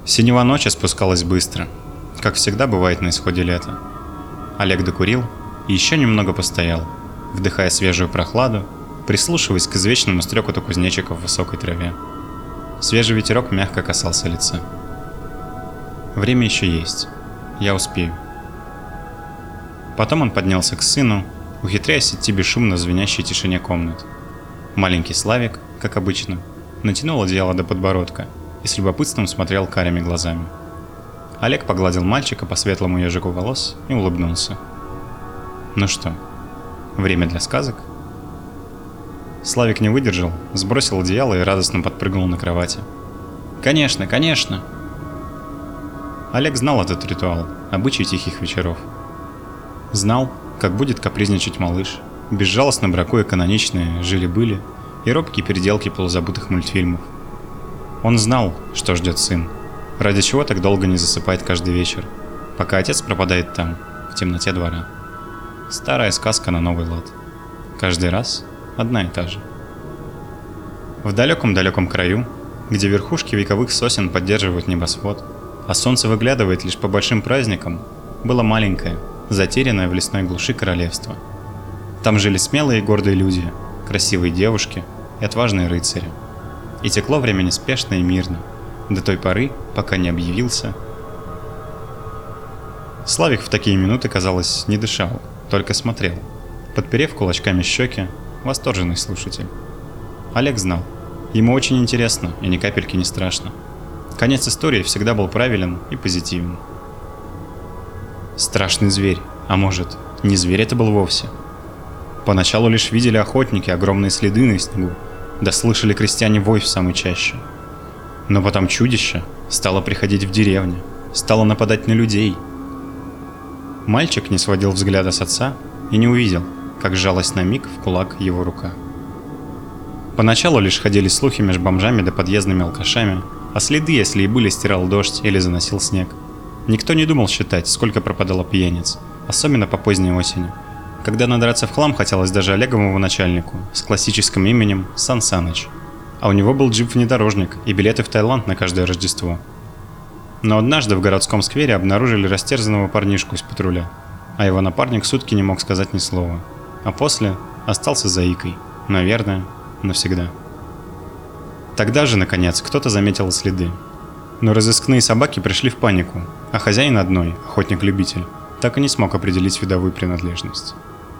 Синева ночи спускалась быстро, как всегда бывает на исходе лета. Олег докурил и еще немного постоял, вдыхая свежую прохладу, прислушиваясь к извечному стрекоту кузнечиков в высокой траве. Свежий ветерок мягко касался лица. Время еще есть, я успею. Потом он поднялся к сыну, ухитряясь идти бесшумно в звенящей тишине комнат. Маленький Славик, как обычно, натянул одеяло до подбородка и с любопытством смотрел карими глазами. Олег погладил мальчика по светлому ежику волос и улыбнулся. Ну что, время для сказок? Славик не выдержал, сбросил одеяло и радостно подпрыгнул на кровати. «Конечно, конечно!» Олег знал этот ритуал, обычай тихих вечеров. Знал, как будет капризничать малыш, безжалостно бракуя каноничные «жили-были» и робкие переделки полузабытых мультфильмов. Он знал, что ждет сын, ради чего так долго не засыпает каждый вечер, пока отец пропадает там, в темноте двора. Старая сказка на новый лад. Каждый раз одна и та же. В далеком-далеком краю, где верхушки вековых сосен поддерживают небосвод, а солнце выглядывает лишь по большим праздникам, было маленькое, затерянное в лесной глуши королевство. Там жили смелые и гордые люди, красивые девушки и отважные рыцари. И текло время неспешно и мирно, до той поры, пока не объявился. Славик в такие минуты, казалось, не дышал, только смотрел, подперев кулачками щеки, восторженный слушатель. Олег знал, ему очень интересно и ни капельки не страшно. Конец истории всегда был правилен и позитивен. Страшный зверь, а может, не зверь это был вовсе. Поначалу лишь видели охотники огромные следы на снегу, да слышали крестьяне вой в самой чаще. Но потом чудище стало приходить в деревню, стало нападать на людей. Мальчик не сводил взгляда с отца и не увидел, как сжалась на миг в кулак его рука. Поначалу лишь ходили слухи между бомжами да подъездными алкашами, а следы, если и были, стирал дождь или заносил снег. Никто не думал считать, сколько пропадало пьяниц, особенно по поздней осени, когда надраться в хлам хотелось даже Олеговому начальнику с классическим именем Сан Саныч, а у него был джип-внедорожник и билеты в Таиланд на каждое Рождество. Но однажды в городском сквере обнаружили растерзанного парнишку из патруля, а его напарник сутки не мог сказать ни слова, а после остался заикой, наверное, навсегда. Тогда же, наконец, кто-то заметил следы. Но разыскные собаки пришли в панику, а хозяин одной, охотник-любитель, так и не смог определить видовую принадлежность.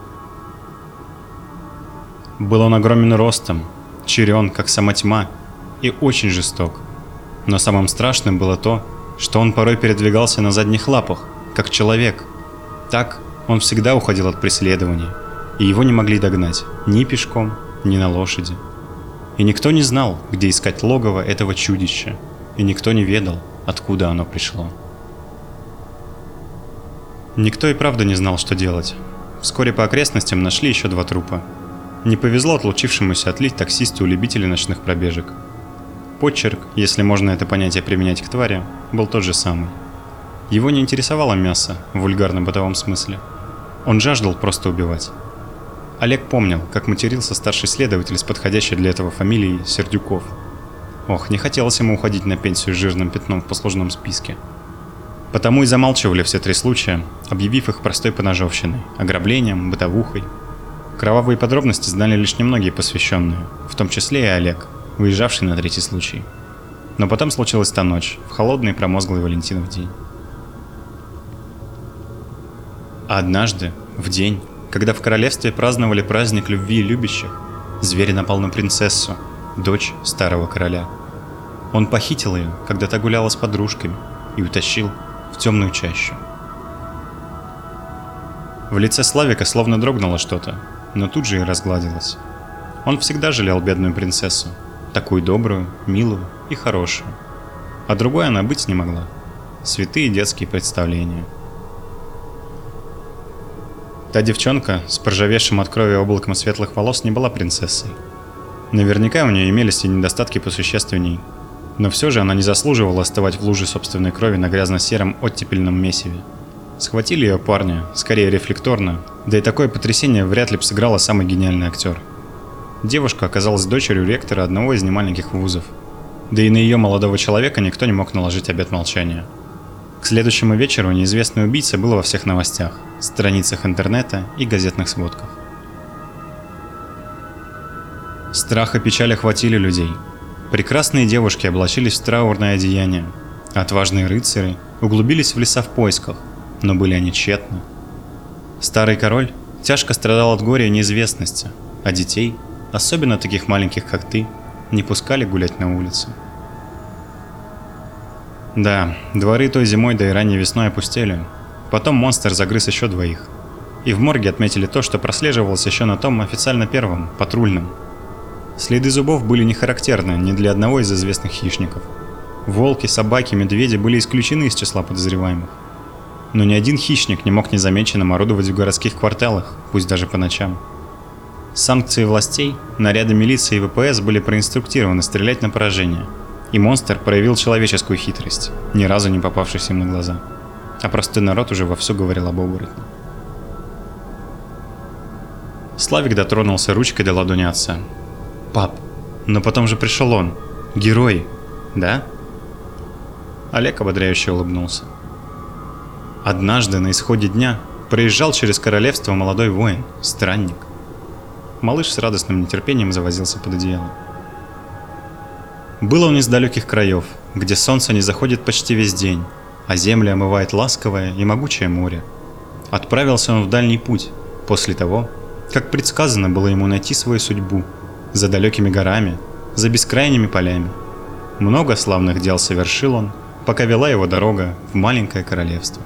Был он огромен ростом, чирен, как сама тьма, и очень жесток. Но самым страшным было то, что он порой передвигался на задних лапах, как человек. Так он всегда уходил от преследования, и его не могли догнать ни пешком, ни на лошади. И никто не знал, где искать логово этого чудища, и никто не ведал, откуда оно пришло. Никто и правда не знал, что делать. Вскоре по окрестностям нашли еще 2 трупа. Не повезло отлучившемуся отлить таксисту у любителей ночных пробежек. Почерк, если можно это понятие применять к твари, был тот же самый. Его не интересовало мясо в вульгарно-бытовом смысле. Он жаждал просто убивать. Олег помнил, как матерился старший следователь с подходящей для этого фамилией Сердюков. Ох, не хотелось ему уходить на пенсию с жирным пятном в послужном списке. Потому и замалчивали все 3 случая, объявив их простой поножовщиной, ограблением, бытовухой. Кровавые подробности знали лишь немногие посвященные, в том числе и Олег, выезжавший на 3-й случай. Но потом случилась та ночь, в холодный промозглый Валентинов день. А однажды, в день, когда в королевстве праздновали праздник любви и любящих, зверь напал на принцессу, дочь старого короля. Он похитил ее, когда та гуляла с подружками, и утащил в темную чащу. В лице Славика словно дрогнуло что-то, но тут же и разгладилось. Он всегда жалел бедную принцессу, такую добрую, милую и хорошую. А другой она быть не могла. Святые детские представления. Та девчонка с поржавевшим от крови облаком светлых волос не была принцессой. Наверняка у нее имелись и недостатки посущественней, но все же она не заслуживала остывать в луже собственной крови на грязно-сером оттепельном месиве. Схватили ее парня, скорее рефлекторно, да и такое потрясение вряд ли бы сыграла самый гениальный актер. Девушка оказалась дочерью ректора одного из немаленьких вузов. Да и на ее молодого человека никто не мог наложить обет молчания. К следующему вечеру неизвестный убийца был во всех новостях, страницах интернета и газетных сводках. Страх и печаль охватили людей. Прекрасные девушки облачились в траурное одеяние. Отважные рыцари углубились в леса в поисках, но были они тщетны. Старый король тяжко страдал от горя и неизвестности, а детей, особенно таких маленьких, как ты, не пускали гулять на улице. Да, дворы той зимой, да и ранней весной опустели. Потом монстр загрыз еще двоих. И в морге отметили то, что прослеживалось еще на том официально первом, патрульном. Следы зубов были не характерны ни для одного из известных хищников. Волки, собаки, медведи были исключены из числа подозреваемых. Но ни один хищник не мог незамеченным орудовать в городских кварталах, пусть даже по ночам. Санкции властей, наряды милиции и ВПС были проинструктированы стрелять на поражение. И монстр проявил человеческую хитрость, ни разу не попавшись им на глаза. А простой народ уже вовсю говорил об оборотне. Славик дотронулся ручкой до ладони отца. «Пап, но потом же пришел он. Герой, да?» Олег ободряюще улыбнулся. Однажды на исходе дня проезжал через королевство молодой воин, странник. Малыш с радостным нетерпением завозился под одеялом. Был он из далеких краев, где солнце не заходит почти весь день, а земли омывает ласковое и могучее море. Отправился он в дальний путь, после того, как предсказано было ему найти свою судьбу, за далекими горами, за бескрайними полями. Много славных дел совершил он, пока вела его дорога в маленькое королевство.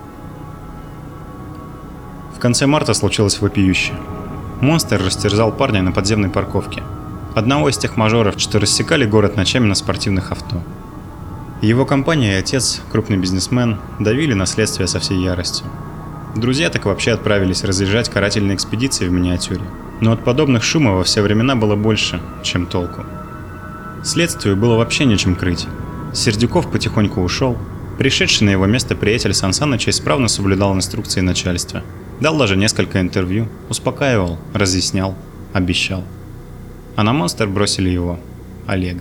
В конце марта случилось вопиющее. Монстр растерзал парня на подземной парковке, одного из тех мажоров, что рассекали город ночами на спортивных авто. Его компания и отец, крупный бизнесмен, давили на следствие со всей яростью. Друзья так вообще отправились разъезжать карательные экспедиции в миниатюре, но от подобных шумов во все времена было больше, чем толку. Следствию было вообще нечем крыть. Сердюков потихоньку ушел, пришедший на его место приятель Сан Саныча исправно соблюдал инструкции начальства, дал даже несколько интервью, успокаивал, разъяснял, обещал. А на монстр бросили его, Олега.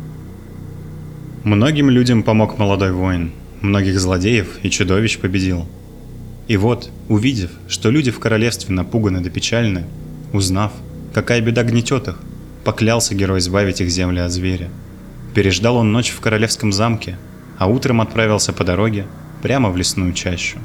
Многим людям помог молодой воин, многих злодеев и чудовищ победил. И вот, увидев, что люди в королевстве напуганы да печальны, узнав, какая беда гнетет их, поклялся герой избавить их земли от зверя. Переждал он ночь в королевском замке, а утром отправился по дороге прямо в лесную чащу.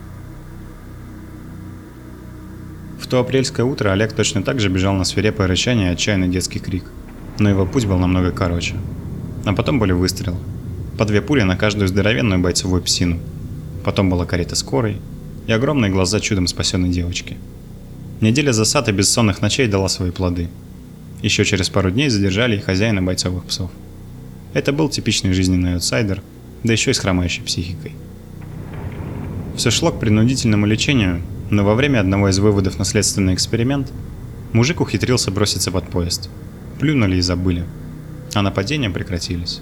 В то апрельское утро Олег точно так же бежал на свирепое рычание и отчаянный детский крик, но его путь был намного короче. А потом были выстрелы. По 2 пули на каждую здоровенную бойцовую псину. Потом была карета скорой и огромные глаза чудом спасенной девочки. Неделя засад и бессонных ночей дала свои плоды. Еще через пару дней задержали и хозяина бойцовых псов. Это был типичный жизненный аутсайдер, да еще и с хромающей психикой. Все шло к принудительному лечению, но во время одного из выводов на следственный эксперимент мужик ухитрился броситься под поезд. Плюнули и забыли, а нападения прекратились.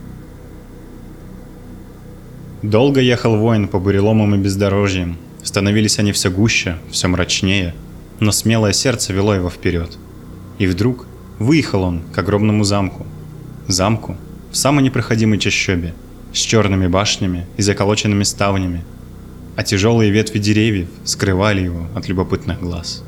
Долго ехал воин по буреломам и бездорожьям. Становились они все гуще, все мрачнее, но смелое сердце вело его вперед. И вдруг выехал он к огромному замку. Замку в самой непроходимой чащобе, с черными башнями и заколоченными ставнями, а тяжелые ветви деревьев скрывали его от любопытных глаз.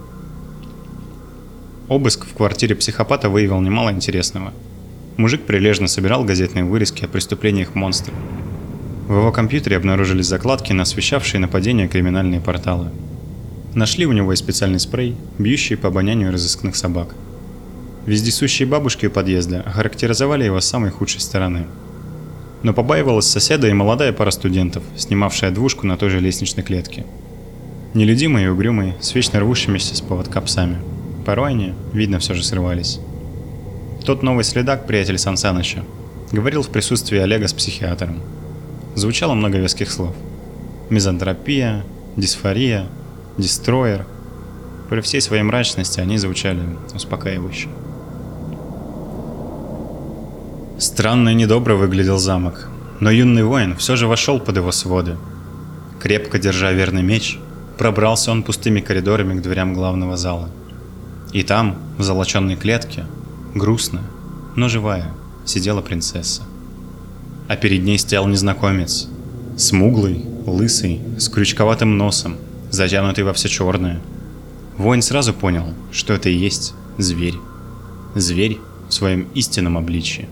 Обыск в квартире психопата выявил немало интересного. Мужик прилежно собирал газетные вырезки о преступлениях монстра. В его компьютере обнаружились закладки на освещавшие нападения криминальные порталы. Нашли у него и специальный спрей, бьющий по обонянию разыскных собак. Вездесущие бабушки у подъезда охарактеризовали его с самой худшей стороны. Но побаивалась соседа и молодая пара студентов, снимавшая двушку на той же лестничной клетке. Нелюдимые и угрюмые, с вечно рвущимися с поводка псами. Порой они, видно, все же срывались. Тот новый следак, приятель Сан Саныча, говорил в присутствии Олега с психиатром. Звучало много веских слов. Мизантропия, дисфория, дестроер. При всей своей мрачности они звучали успокаивающе. Странно и недобро выглядел замок, но юный воин все же вошел под его своды. Крепко держа верный меч, пробрался он пустыми коридорами к дверям главного зала. И там, в золоченной клетке, грустная, но живая, сидела принцесса. А перед ней стоял незнакомец. Смуглый, лысый, с крючковатым носом, затянутый во все черное. Воин сразу понял, что это и есть зверь. Зверь в своем истинном обличье.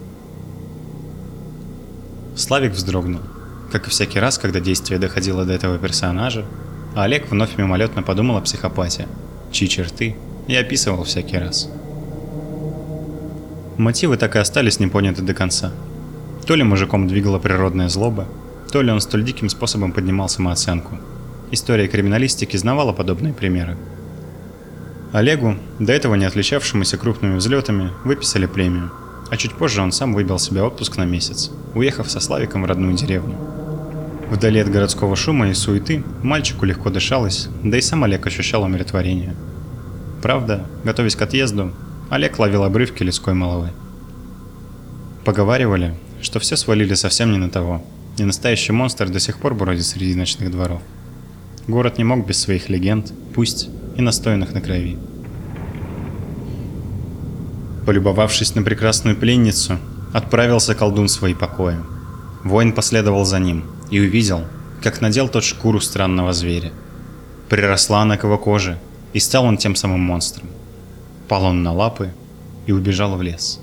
Славик вздрогнул. Как и всякий раз, когда действие доходило до этого персонажа, а Олег вновь мимолетно подумал о психопате, чьи черты и описывал всякий раз. Мотивы так и остались непоняты до конца. То ли мужиком двигала природная злоба, то ли он столь диким способом поднимал самооценку. История криминалистики знавала подобные примеры. Олегу, до этого не отличавшемуся крупными взлетами, выписали премию, а чуть позже он сам выбил себе отпуск на месяц, уехав со Славиком в родную деревню. Вдали от городского шума и суеты мальчику легко дышалось, да и сам Олег ощущал умиротворение. Правда, готовясь к отъезду, Олег ловил обрывки людской молвы. Поговаривали, что все свалили совсем не на того, и настоящий монстр до сих пор бродит среди ночных дворов. Город не мог без своих легенд, пусть и настоянных на крови. Полюбовавшись на прекрасную пленницу, отправился колдун в свои покои. Воин последовал за ним и увидел, как надел тот шкуру странного зверя. Приросла она к его коже, и стал он тем самым монстром. Пал он на лапы и убежал в лес.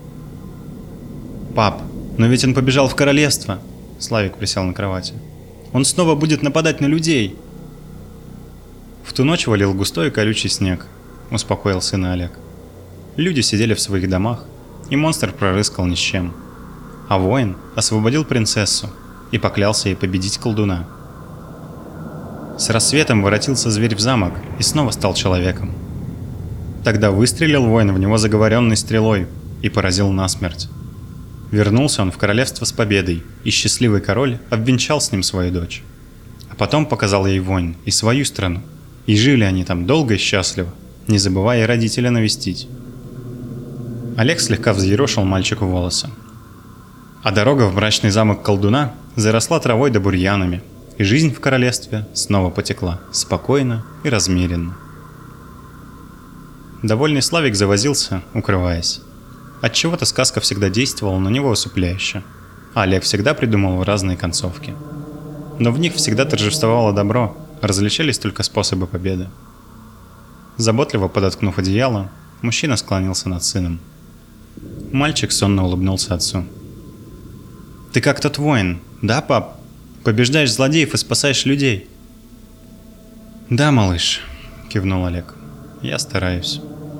«Пап, но ведь он побежал в королевство!» Славик присел на кровати. «Он снова будет нападать на людей!» В ту ночь валил густой и колючий снег, успокоил сына Олег. Люди сидели в своих домах, и монстр прорыскал ни с чем. А воин освободил принцессу и поклялся ей победить колдуна. С рассветом воротился зверь в замок и снова стал человеком. Тогда выстрелил воин в него заговоренной стрелой и поразил насмерть. Вернулся он в королевство с победой, и счастливый король обвенчал с ним свою дочь. А потом показал ей воин и свою страну, и жили они там долго и счастливо, не забывая родителя навестить. Олег слегка взъерошил мальчику волосы. А дорога в мрачный замок колдуна заросла травой да бурьянами, и жизнь в королевстве снова потекла, спокойно и размеренно. Довольный Славик завозился, укрываясь. Отчего-то сказка всегда действовала на него усыпляюще, а Олег всегда придумывал разные концовки. Но в них всегда торжествовало добро, различались только способы победы. Заботливо подоткнув одеяло, мужчина склонился над сыном. Мальчик сонно улыбнулся отцу. «Ты как тот воин, да, пап? Побеждаешь злодеев и спасаешь людей?» «Да, малыш», — кивнул Олег. «Я стараюсь».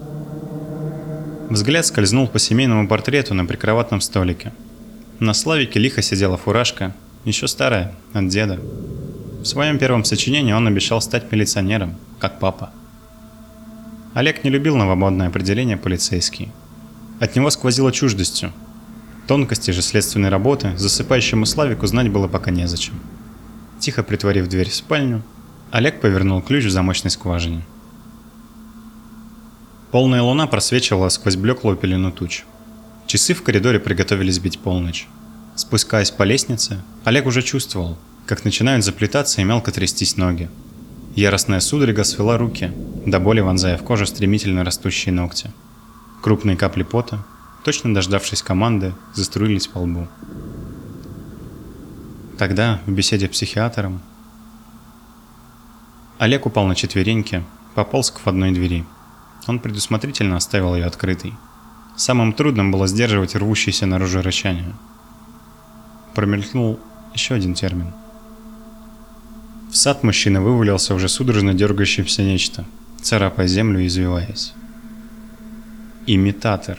Взгляд скользнул по семейному портрету на прикроватном столике. На Славике лихо сидела фуражка, еще старая, от деда. В своем первом сочинении он обещал стать милиционером, как папа. Олег не любил новомодное определение «полицейский». От него сквозило чуждостью. Тонкости же следственной работы засыпающему Славику знать было пока незачем. Тихо притворив дверь в спальню, Олег повернул ключ в замочной скважине. Полная луна просвечивала сквозь блеклую пелену туч. Часы в коридоре приготовились бить полночь. Спускаясь по лестнице, Олег уже чувствовал, как начинают заплетаться и мелко трястись ноги. Яростная судорога свела руки, до боли вонзая в кожу стремительно растущие ногти. Крупные капли пота, точно дождавшись команды, заструились по лбу. Тогда, в беседе с психиатром, Олег упал на четвереньки, пополз к входной двери. Он предусмотрительно оставил ее открытой. Самым трудным было сдерживать рвущееся наружу рычание. Промелькнул еще один термин. В сад мужчина вывалился уже судорожно дергающимся нечто, царапая землю и извиваясь. Имитатор.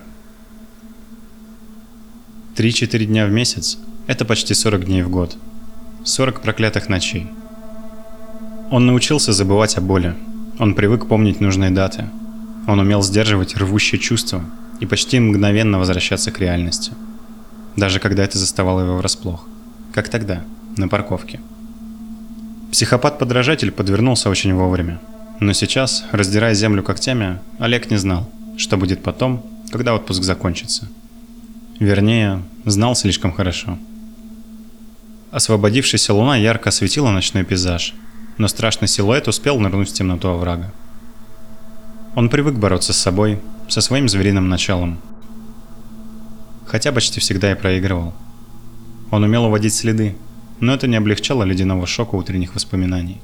3-4 дня в месяц – это почти 40 дней в год. 40 проклятых ночей. Он научился забывать о боли. Он привык помнить нужные даты. Он умел сдерживать рвущие чувства и почти мгновенно возвращаться к реальности. Даже когда это заставало его врасплох. Как тогда, на парковке. Психопат-подражатель подвернулся очень вовремя. Но сейчас, раздирая землю когтями, Олег не знал, что будет потом, когда отпуск закончится. Вернее, знал слишком хорошо. Освободившаяся луна ярко осветила ночной пейзаж, но страшный силуэт успел нырнуть в темноту оврага. Он привык бороться с собой, со своим звериным началом. хотя почти всегда и проигрывал. Он умел уводить следы, но это не облегчало ледяного шока утренних воспоминаний.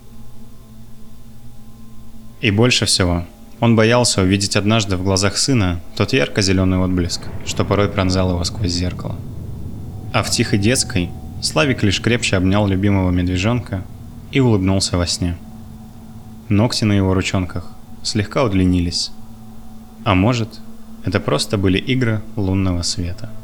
И больше всего он боялся увидеть однажды в глазах сына тот ярко-зеленый отблеск, что порой пронзал его сквозь зеркало. А в тихой детской Славик лишь крепче обнял любимого медвежонка и улыбнулся во сне. Ногти на его ручонках слегка удлинились. А может, это просто были игры лунного света.